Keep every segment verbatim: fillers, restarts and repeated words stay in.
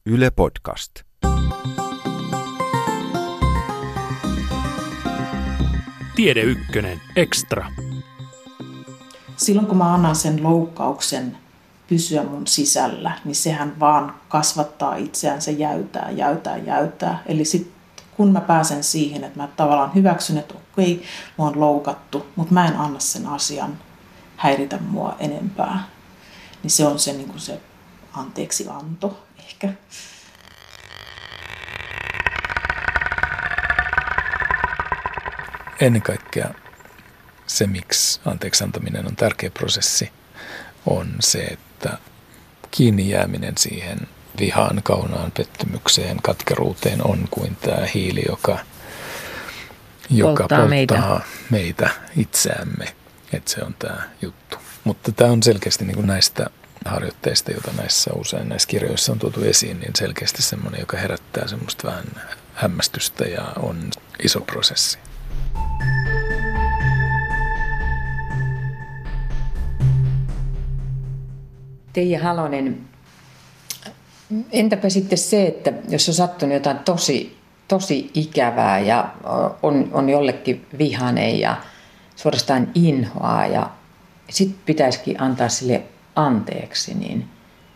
Yle Podcast. Tiede Ykkönen Extra. Silloin kun mä annan sen loukkauksen pysyä mun sisällä, niin sehän vaan kasvattaa itseään, se jäytää, jäytää, jäytää. Eli sitten kun mä pääsen siihen, että mä tavallaan hyväksyn, että okei, mä oon loukattu, mutta mä en anna sen asian häiritä mua enempää, niin se on se, niin kuin se anteeksianto ehkä. Ennen kaikkea se, miksi anteeksi antaminen on tärkeä prosessi, on se, että kiinni jääminen siihen vihaan, kaunaan, pettymykseen, katkeruuteen on kuin tämä hiili, joka, joka polttaa, polttaa meitä. meitä itseämme. Että se on tämä juttu. Mutta tämä on selkeästi niin kuin näistä harjoitteista, joita näissä usein näissä kirjoissa on tuotu esiin, niin selkeästi semmoinen, joka herättää semmoista vähän hämmästystä ja on iso prosessi. Teija Halonen, entäpä sitten se, että jos on sattunut jotain tosi, tosi ikävää ja on, on jollekin vihainen ja suorastaan inhoaa ja sitten pitäisikin antaa sille anteeksi, niin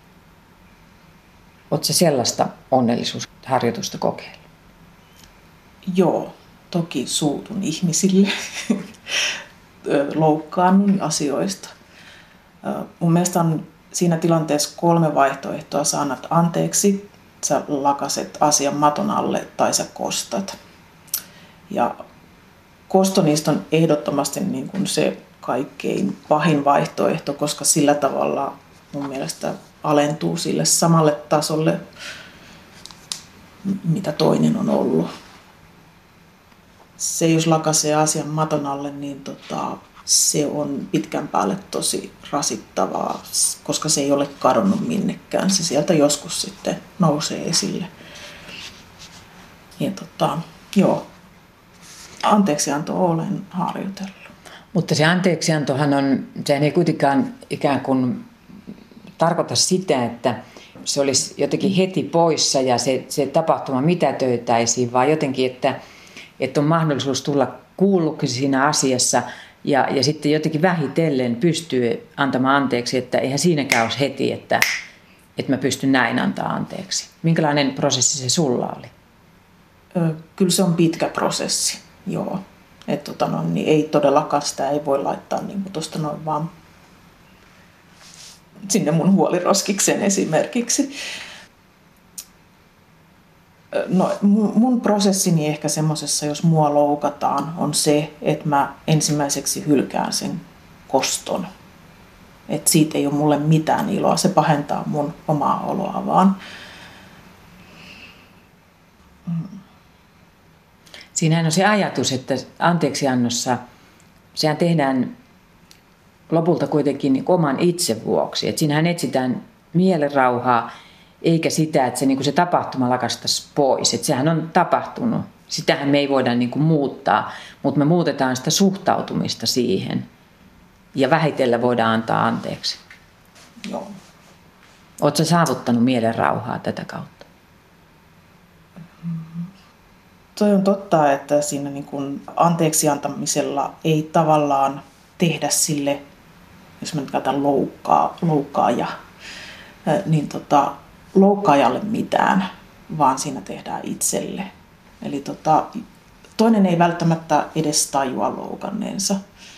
oletko sä sellaista onnellisuusharjoitusta kokeillut? Joo, toki suutun ihmisille, loukkaannun asioista. Mun mielestä on siinä tilanteessa kolme vaihtoehtoa. Sä annat anteeksi, sä lakaset asian maton alle tai sä kostat. Ja kosto niistä on ehdottomasti niin kuin se kaikkein pahin vaihtoehto, koska sillä tavalla mun mielestä alentuu sille samalle tasolle, mitä toinen on ollut. Se, jos lakasee asian maton alle, niin tota, se on pitkän päälle tosi rasittavaa, koska se ei ole kadonnut minnekään. Se sieltä joskus sitten nousee esille. Ja tota, joo, anteeksianto olen harjoitellut. Mutta se anteeksiantohan on, sehän ei kuitenkaan ikään kuin tarkoita sitä, että se olisi jotenkin heti poissa ja se, se tapahtuma mitätöitäisiin, vaan jotenkin, että, että on mahdollisuus tulla kuulluksi siinä asiassa ja, ja sitten jotenkin vähitellen pystyy antamaan anteeksi, että eihän siinäkään olisi heti, että, että mä pystyn näin antaa anteeksi. Minkälainen prosessi se sulla oli? Ö, kyllä se on pitkä prosessi, joo. Että tota no, niin ei todellakaan sitä ei voi laittaa niin kuin tuosta noin vaan sinne mun huoliroskikseen esimerkiksi. No, mun prosessini ehkä semmoisessa, jos mua loukataan, on se, että mä ensimmäiseksi hylkään sen koston. Että siitä ei ole mulle mitään iloa, se pahentaa mun omaa oloa vaan. Siinähän on se ajatus, että anteeksiannossa sehän tehdään lopulta kuitenkin niin oman itse vuoksi. Että siinähän etsitään mielenrauhaa, eikä sitä, että se, niin kuin se tapahtuma lakastaisi pois. Että sehän on tapahtunut. Sitähän me ei voida niin kuin muuttaa, mutta me muutetaan sitä suhtautumista siihen. Ja vähitellen voidaan antaa anteeksi. Joo. Oletko saavuttanut mielenrauhaa tätä kautta? Toi on totta, että siinä niin kuin anteeksiantamisella ei tavallaan tehdä sille, jos mä nyt käytän loukkaa, loukkaaja, niin tota, loukkaajalle mitään, vaan siinä tehdään itselle. Eli tota, toinen ei välttämättä edes tajua loukanneensa.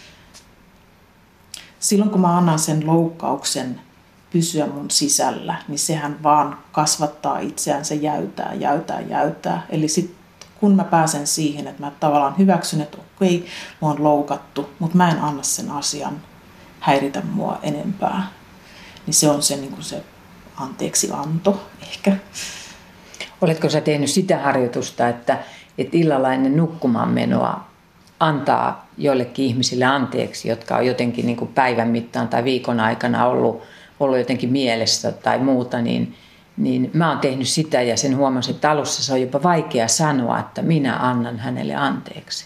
Silloin kun mä annan sen loukkauksen pysyä mun sisällä, niin sehän vaan kasvattaa itseään, se jäytää, jäytää, jäytää. Eli sitten kun mä pääsen siihen, että mä tavallaan hyväksyn, että okei, mä oon loukattu, mutta mä en anna sen asian häiritä mua enempää, niin se on se, niin kuin se anteeksianto ehkä. Oletko sä tehnyt sitä harjoitusta, että, että illalla ennen nukkumaan menoa antaa joillekin ihmisille anteeksi, jotka on jotenkin niin kuin päivän mittaan tai viikon aikana ollut, ollut jotenkin mielessä tai muuta, niin Niin mä oon tehnyt sitä ja sen huomasin, että alussa se on jopa vaikea sanoa, että minä annan hänelle anteeksi.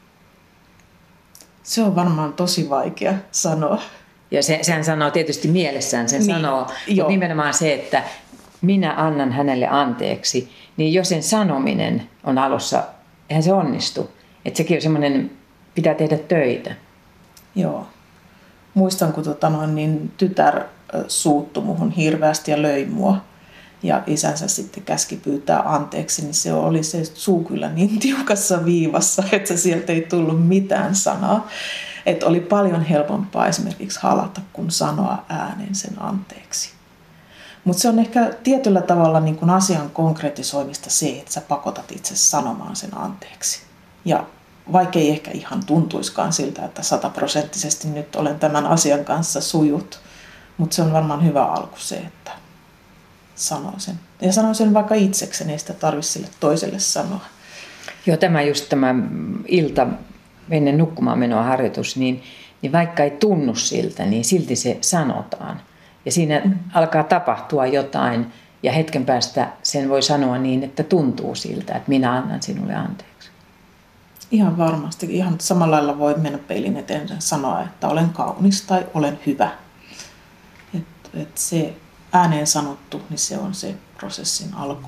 Se on varmaan tosi vaikea sanoa. Ja se, sehän sanoo tietysti mielessään, sen niin, sanoo, mutta nimenomaan se, että minä annan hänelle anteeksi, niin jo sen sanominen on alussa, eihän se onnistu. Että sekin on semmoinen, pitää tehdä töitä. Joo. Muistan, kun tota noin, niin tytär suuttui muhun hirveästi ja löi mua. Ja isänsä sitten käski pyytää anteeksi, niin se oli se suu kyllä niin tiukassa viivassa, että sieltä ei tullut mitään sanaa. Että oli paljon helpompaa esimerkiksi halata, kuin sanoa ääneen sen anteeksi. Mutta se on ehkä tietyllä tavalla niin kuin asian konkretisoimista se, että sä pakotat itse sanomaan sen anteeksi. Ja vaikka ei ehkä ihan tuntuiskaan siltä, että sataprosenttisesti nyt olen tämän asian kanssa sujut, mutta se on varmaan hyvä alku se, että sanoo sen. Ja sanoo sen vaikka itsekseen, ei sitä tarvitse sille toiselle sanoa. Joo, tämä just tämä ilta ennen nukkumaan menoa harjoitus, niin, niin vaikka ei tunnu siltä, niin silti se sanotaan. Ja siinä mm. alkaa tapahtua jotain ja hetken päästä sen voi sanoa niin, että tuntuu siltä, että minä annan sinulle anteeksi. Ihan varmasti. Ihan samalla lailla voi mennä peilin eteen ja sanoa, että olen kaunis tai olen hyvä. Et, et se ääneen sanottu, niin se on se prosessin alku.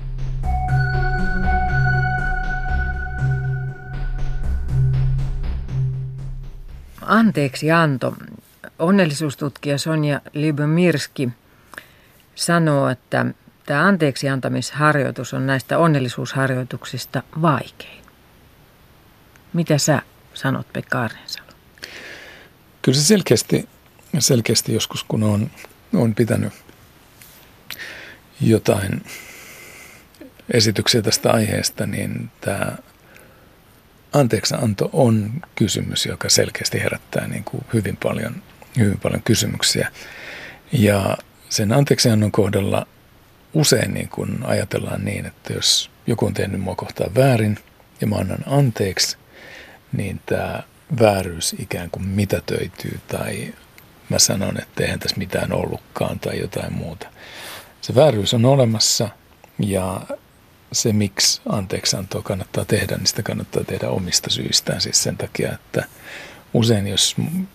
Anteeksi anto. Onnellisuustutkija Sonja Lyubomirski sanoo, että tämä anteeksiantamisharjoitus on näistä onnellisuusharjoituksista vaikein. Mitä sä sanot, Pekka Arninsalo? Kyllä se selkeästi, selkeästi joskus, kun on, on pitänyt jotain esityksiä tästä aiheesta, niin tämä anteeksianto on kysymys, joka selkeästi herättää niin kuin hyvin paljon, hyvin paljon kysymyksiä. Ja sen anteeksiannon kohdalla usein niin kuin ajatellaan niin, että jos joku on tehnyt mua kohtaan väärin ja mä annan anteeksi, niin tämä vääryys ikään kuin mitätöityy tai mä sanon, että eihän tässä mitään ollutkaan tai jotain muuta. Se vääryys on olemassa ja se, miksi anteeksiantoa kannattaa tehdä, niin sitä kannattaa tehdä omista syistään. Siis sen takia, että usein jos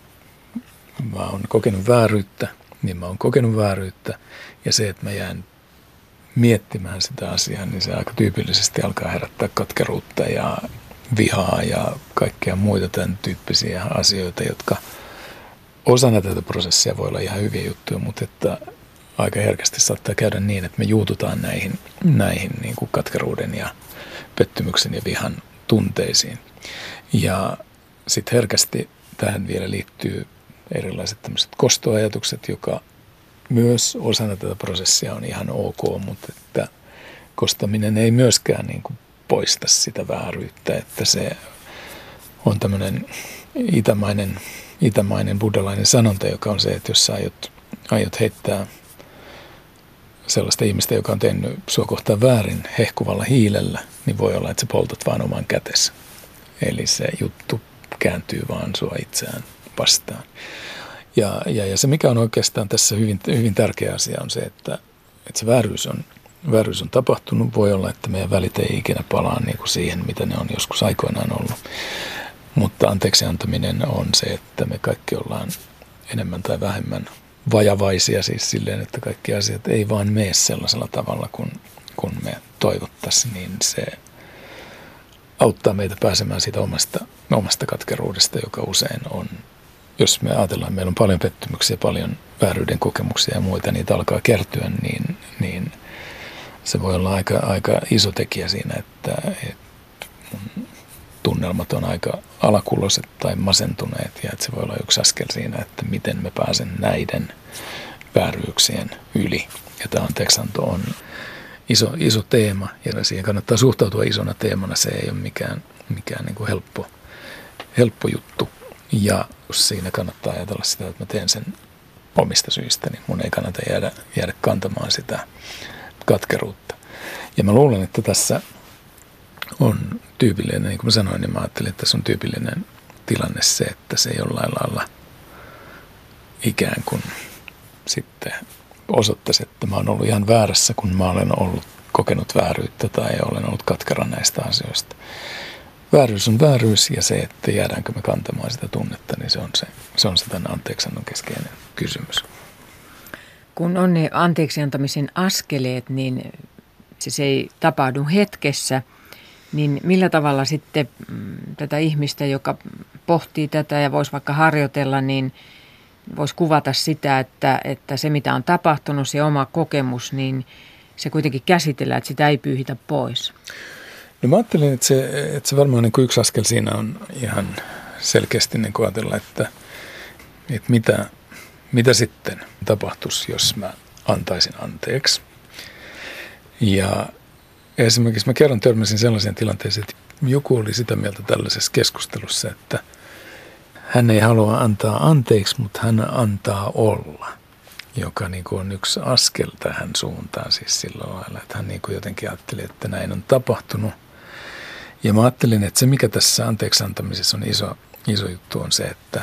mä oon kokenut vääryyttä, niin mä oon kokenut vääryyttä. Ja se, että mä jään miettimään sitä asiaa, niin se aika tyypillisesti alkaa herättää katkeruutta ja vihaa ja kaikkea muita tämän tyyppisiä asioita, jotka osana tätä prosessia voi olla ihan hyviä juttuja, mutta että aika herkästi saattaa käydä niin, että me juututaan näihin, näihin niin kuin katkeruuden ja pettymyksen ja vihan tunteisiin. Ja sitten herkästi tähän vielä liittyy erilaiset tämmöiset kostoajatukset, joka myös osana tätä prosessia on ihan ok, mutta että kostaminen ei myöskään niin kuin poista sitä vääryyttä, että se on tämmöinen itämainen, itämainen buddhalainen sanonta, joka on se, että jos sä aiot, aiot heittää sellaista ihmistä, joka on tehnyt sua kohtaan väärin hehkuvalla hiilellä, niin voi olla, että sä poltat vaan oman kätesi. Eli se juttu kääntyy vaan sua itseään vastaan. Ja, ja, ja se, mikä on oikeastaan tässä hyvin, hyvin tärkeä asia, on se, että, että se vääryys on, vääryys on tapahtunut. Voi olla, että meidän välit ei ikinä palaa niin kuin siihen, mitä ne on joskus aikoinaan ollut. Mutta anteeksi antaminen on se, että me kaikki ollaan enemmän tai vähemmän vajavaisia, siis silleen, että kaikki asiat ei vaan mene sellaisella tavalla, kun, kun me toivottaisiin, niin se auttaa meitä pääsemään siitä omasta, omasta katkeruudesta, joka usein on, jos me ajatellaan, että meillä on paljon pettymyksiä, paljon vääryyden kokemuksia ja muita, niitä alkaa kertyä, niin, niin se voi olla aika, aika iso tekijä siinä, että, että tunnelmat on aika alakuloiset tai masentuneet ja että se voi olla yksi askel siinä, että miten me pääsen näiden vääryyksien yli. Ja tämä anteeksianto on iso, iso teema ja siihen kannattaa suhtautua isona teemana. Se ei ole mikään, mikään niin kuin helppo, helppo juttu. Ja siinä kannattaa ajatella sitä, että mä teen sen omista syistä, niin mun ei kannata jäädä, jäädä kantamaan sitä katkeruutta. Ja mä luulen, että tässä on tyypillinen, niin kuin mä sanoin, niin mä ajattelin, että tässä on tyypillinen tilanne se, että se jollain lailla ikään kuin sitten osoittaisi, että mä oon ollut ihan väärässä, kun mä olen ollut kokenut vääryyttä tai olen ollut katkera näistä asioista. Vääryys on vääryys ja se, että jäädäänkö me kantamaan sitä tunnetta, niin se on se, se, on se tämän anteeksiannon keskeinen kysymys. Kun on ne anteeksiantamisen askeleet, niin se, se ei tapahdu hetkessä, niin millä tavalla sitten tätä ihmistä, joka pohtii tätä ja voisi vaikka harjoitella, niin voisi kuvata sitä, että, että se mitä on tapahtunut, se oma kokemus, niin se kuitenkin käsitellään, että sitä ei pyyhitä pois. No mä ajattelin, että se, että se varmaan niin kuin yksi askel siinä on ihan selkeästi niin kuin ajatella, että, että mitä, mitä sitten tapahtuisi, jos mä antaisin anteeksi. Ja esimerkiksi mä kerran törmäsin sellaiseen tilanteeseen, että joku oli sitä mieltä tällaisessa keskustelussa, että hän ei halua antaa anteeksi, mutta hän antaa olla, joka niin kuin on yksi askel tähän suuntaan siis sillä lailla, että hän niin kuin jotenkin ajatteli, että näin on tapahtunut. Ja mä ajattelin, että se mikä tässä anteeksi antamisessa on iso, iso juttu on se, että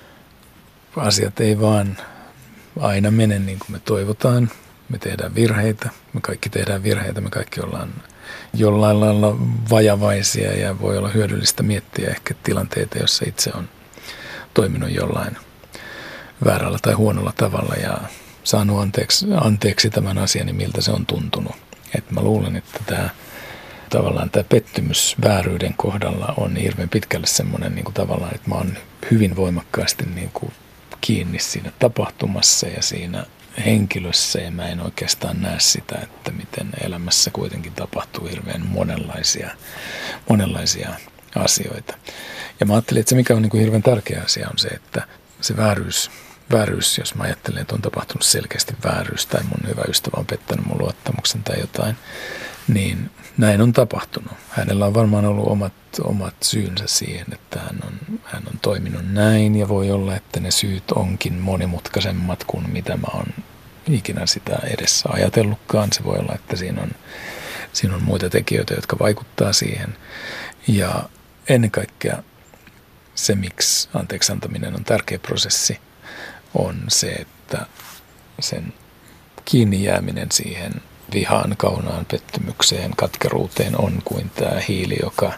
asiat ei vaan aina mene niin kuin me toivotaan. Me tehdään virheitä, me kaikki tehdään virheitä, me kaikki ollaan jollain lailla vajavaisia ja voi olla hyödyllistä miettiä ehkä tilanteita, joissa itse on toiminut jollain väärällä tai huonolla tavalla ja saanut anteeksi, anteeksi tämän asian, niin miltä se on tuntunut. Et mä luulen, että tämä tavallaan tämä pettymys vääryyden kohdalla on hirveän pitkälle semmoinen niin kuin tavallaan, että mä oon hyvin voimakkaasti niin kuin kiinni siinä tapahtumassa ja siinä henkilössä ja mä en oikeastaan näe sitä, että miten elämässä kuitenkin tapahtuu hirveän monenlaisia, monenlaisia asioita. Ja mä ajattelin, että se mikä on niin kuin hirveän tärkeä asia on se, että se vääryys, vääryys, jos mä ajattelen, että on tapahtunut selkeästi vääryys tai mun hyvä ystävä on pettänyt mun luottamuksen tai jotain, niin näin on tapahtunut. Hänellä on varmaan ollut omat, omat syynsä siihen, että hän on, hän on toiminut näin ja voi olla, että ne syyt onkin monimutkaisemmat kuin mitä mä oon ikinä sitä edessä ajatellutkaan. Se voi olla, että siinä on, siinä on muita tekijöitä, jotka vaikuttaa siihen. Ja ennen kaikkea se, miksi anteeksi antaminen on tärkeä prosessi, on se, että sen kiinni jääminen siihen vihaan, kaunaan, pettymykseen, katkeruuteen on kuin tämä hiili, joka,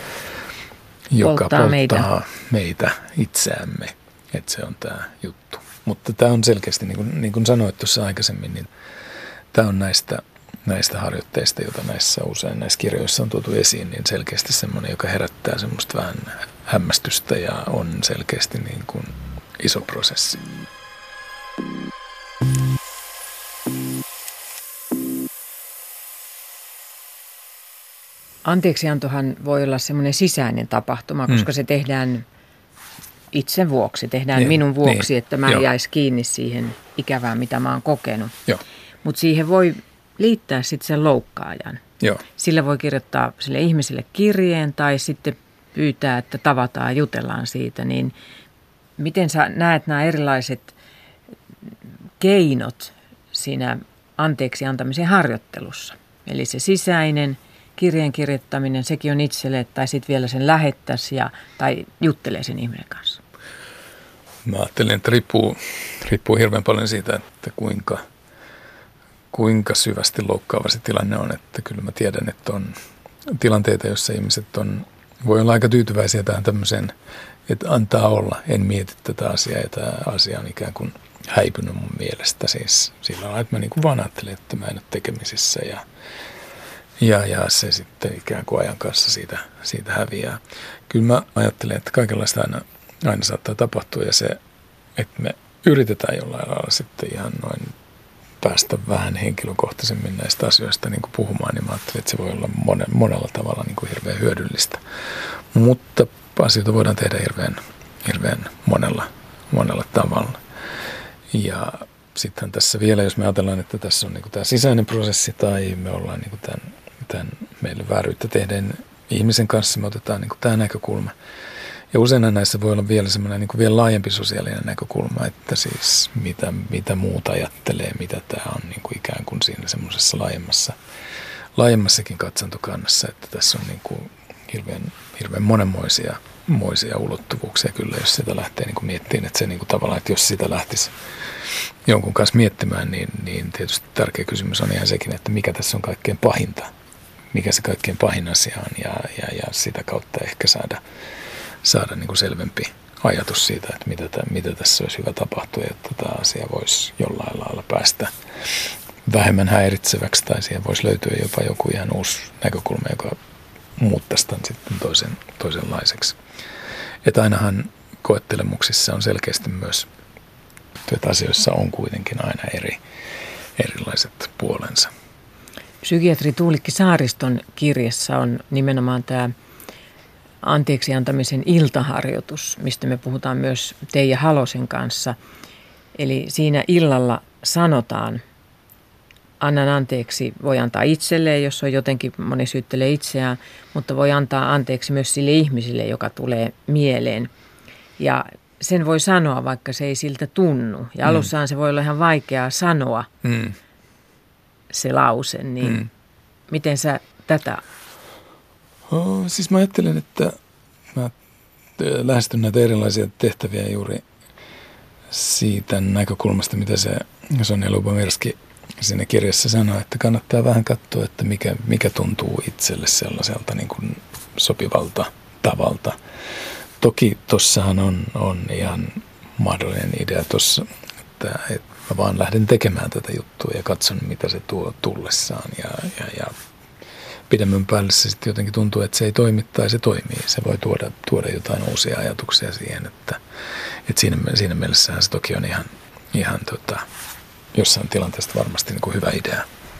joka polttaa, polttaa meitä. meitä itseämme. Että se on tämä juttu. Mutta tämä on selkeästi, niin kuin, niin kuin sanoit tuossa aikaisemmin, niin tämä on näistä, näistä harjoitteista, joita näissä usein näissä kirjoissa on tuotu esiin, niin selkeästi semmoinen, joka herättää semmoista vähän hämmästystä ja on selkeästi niin kuin iso prosessi. Anteeksiantohan voi olla semmoinen sisäinen tapahtuma, koska mm. se tehdään itse vuoksi, tehdään niin, minun vuoksi, niin, että mä en jäisi kiinni siihen ikävään, mitä mä oon kokenut. Mutta siihen voi liittää sitten sen loukkaajan. Joo. Sillä voi kirjoittaa sille ihmiselle kirjeen tai sitten pyytää, että tavataan ja jutellaan siitä. Niin miten sä näet nämä erilaiset keinot siinä anteeksi antamisen harjoittelussa? Eli se sisäinen kirjeen kirjoittaminen, sekin on itselle, tai sitten vielä sen lähettäisi ja, tai juttelee sen ihmisen kanssa. Mä ajattelin, että riippuu, riippuu hirveän paljon siitä, että kuinka, kuinka syvästi loukkaava se tilanne on. Että kyllä mä tiedän, että on tilanteita, joissa ihmiset on, voi olla aika tyytyväisiä tähän tämmöiseen, että antaa olla, en mieti tätä asiaa ja tämä asia on ikään kuin häipynyt mun mielestä. Siis sillä lailla, että mä niin kuin vaan ajattelin, että mä en ole tekemisissä ja Ja, ja se sitten ikään kuin ajan kanssa siitä, siitä häviää. Kyllä mä ajattelen, että kaikenlaista aina, aina saattaa tapahtua ja se, että me yritetään jollain lailla sitten ihan noin päästä vähän henkilökohtaisemmin näistä asioista niin kuin puhumaan, niin mä ajattelen, että se voi olla monen, monella tavalla niin kuin hirveän hyödyllistä. Mutta asioita voidaan tehdä hirveän, hirveän monella, monella tavalla. Ja sitten tässä vielä, jos me ajatellaan, että tässä on niin kuin tämä sisäinen prosessi tai me ollaan niin kuin tämän, tämän meille vääryyttä tehdeen ihmisen kanssa, me otetaan niin kuin tämä näkökulma. Ja usein näissä voi olla vielä semmoinen niin kuin vielä laajempi sosiaalinen näkökulma, että siis mitä, mitä muuta ajattelee, mitä tämä on niin kuin ikään kuin siinä semmoisessa laajemmassa, laajemmassakin katsantokannassa, että tässä on niin kuin hirveän, hirveän monenmoisia moisia ulottuvuuksia kyllä, jos sitä lähtee niin kuin miettimään, että se niin kuin tavallaan, että jos sitä lähtisi jonkun kanssa miettimään, niin, niin tietysti tärkeä kysymys on ihan sekin, että mikä tässä on kaikkein pahinta, mikä se kaikkein pahin asia on ja, ja, ja sitä kautta ehkä saada, saada niin kuin selvempi ajatus siitä, että mitä, tämän, mitä tässä olisi hyvä tapahtua, että tämä asia voisi jollain lailla päästä vähemmän häiritseväksi tai siihen voisi löytyä jopa joku ihan uusi näkökulma, joka muuttaisi tämän sitten toisen, toisenlaiseksi. Että ainahan koettelemuksissa on selkeästi myös, että asioissa on kuitenkin aina eri, erilaiset puolensa. Psykiatri Tuulikki Saariston kirjassa on nimenomaan tämä anteeksi antamisen iltaharjoitus, mistä me puhutaan myös Teija Halosen kanssa. Eli siinä illalla sanotaan, annan anteeksi, voi antaa itselleen, jos on jotenkin, moni syyttelee itseään, mutta voi antaa anteeksi myös sille ihmiselle, joka tulee mieleen. Ja sen voi sanoa, vaikka se ei siltä tunnu. Ja alussaan mm. se voi olla ihan vaikeaa sanoa mm. se lause, niin mm. miten sä tätä? Oh, siis mä ajattelen, että mä lähestyn näitä erilaisia tehtäviä juuri siitä näkökulmasta, mitä se Sonja Lyubomirski siinä kirjassa sanoo, että kannattaa vähän katsoa, että mikä, mikä tuntuu itselle sellaiselta niin kuin sopivalta tavalta. Toki tossahan on, on ihan mahdollinen idea tuossa, että, että mä vaan lähden tekemään tätä juttua ja katson, mitä se tuo tullessaan. Ja, ja, ja pidemmän päälle se sitten jotenkin tuntuu, että se ei toimi tai se toimii. Se voi tuoda, tuoda jotain uusia ajatuksia siihen, että, että siinä, siinä mielessähän se toki on ihan, ihan tota, jossain tilanteesta varmasti niin kuin hyvä idea.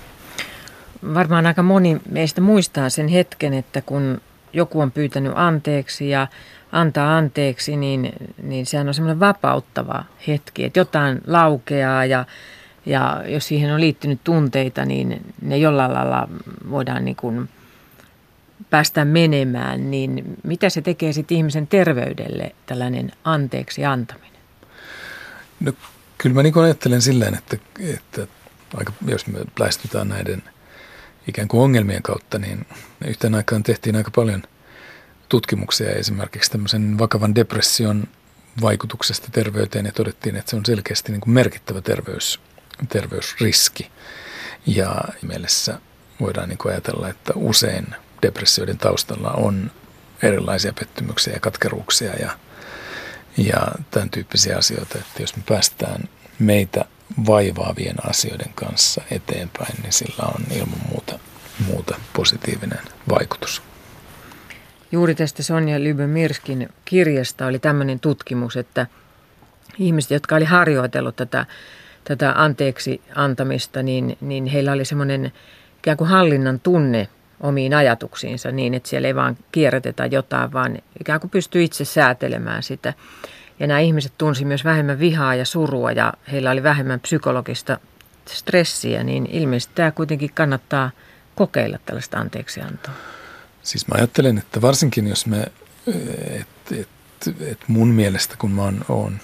Varmaan aika moni meistä muistaa sen hetken, että kun joku on pyytänyt anteeksi ja antaa anteeksi, niin, niin sehän on semmoinen vapauttava hetki, että jotain laukeaa ja, ja jos siihen on liittynyt tunteita, niin ne jollain lailla voidaan niin kuin päästä menemään. Niin mitä se tekee sitten ihmisen terveydelle, tällainen anteeksi antaminen? No kyllä mä niin ajattelen silleen, että, että aika, jos me lähestytään näiden ikään kuin ongelmien kautta, niin yhteen aikaan tehtiin aika paljon tutkimuksia esimerkiksi tämmöisen vakavan depression vaikutuksesta terveyteen ja todettiin, että se on selkeästi niin kuin merkittävä terveys, terveysriski. Ja mielessä voidaan niin kuin ajatella, että usein depressioiden taustalla on erilaisia pettymyksiä ja katkeruuksia ja, ja tämän tyyppisiä asioita, että jos me päästään meitä vaivaavien asioiden kanssa eteenpäin, niin sillä on ilman muuta, muuta positiivinen vaikutus. Juuri tästä Sonja Lyubomirskin kirjasta oli tämmöinen tutkimus, että ihmiset, jotka oli harjoitellut tätä, tätä anteeksi antamista, niin, niin heillä oli semmoinen ikään kuin hallinnan tunne omiin ajatuksiinsa niin, että siellä ei vaan kierrätetä jotain, vaan ikään kuin pystyy itse säätelemään sitä. Ja nämä ihmiset tunsi myös vähemmän vihaa ja surua ja heillä oli vähemmän psykologista stressiä, niin ilmeisesti tämä kuitenkin kannattaa kokeilla tällaista anteeksiantoa. Siis mä ajattelen, että varsinkin jos me, että et, et mun mielestä kun mä oon, oon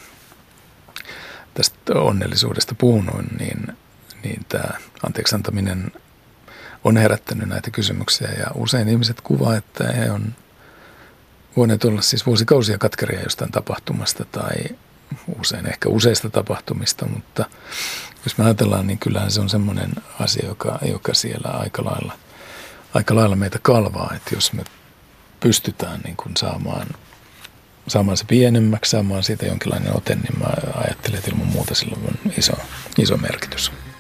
tästä onnellisuudesta puhunut, niin, niin tämä anteeksi antaminen on herättänyt näitä kysymyksiä ja usein ihmiset kuvaa, että he on voineet olla siis vuosikausia katkeria jostain tapahtumasta tai usein ehkä useista tapahtumista, mutta jos me ajatellaan, niin kyllähän se on semmoinen asia, joka, joka siellä aika lailla, aika lailla meitä kalvaa, että jos me pystytään niin kuin saamaan, saamaan se pienemmäksi, saamaan siitä jonkinlainen ote, niin mä ajattelen, että ilman muuta sillä on iso, iso merkitys.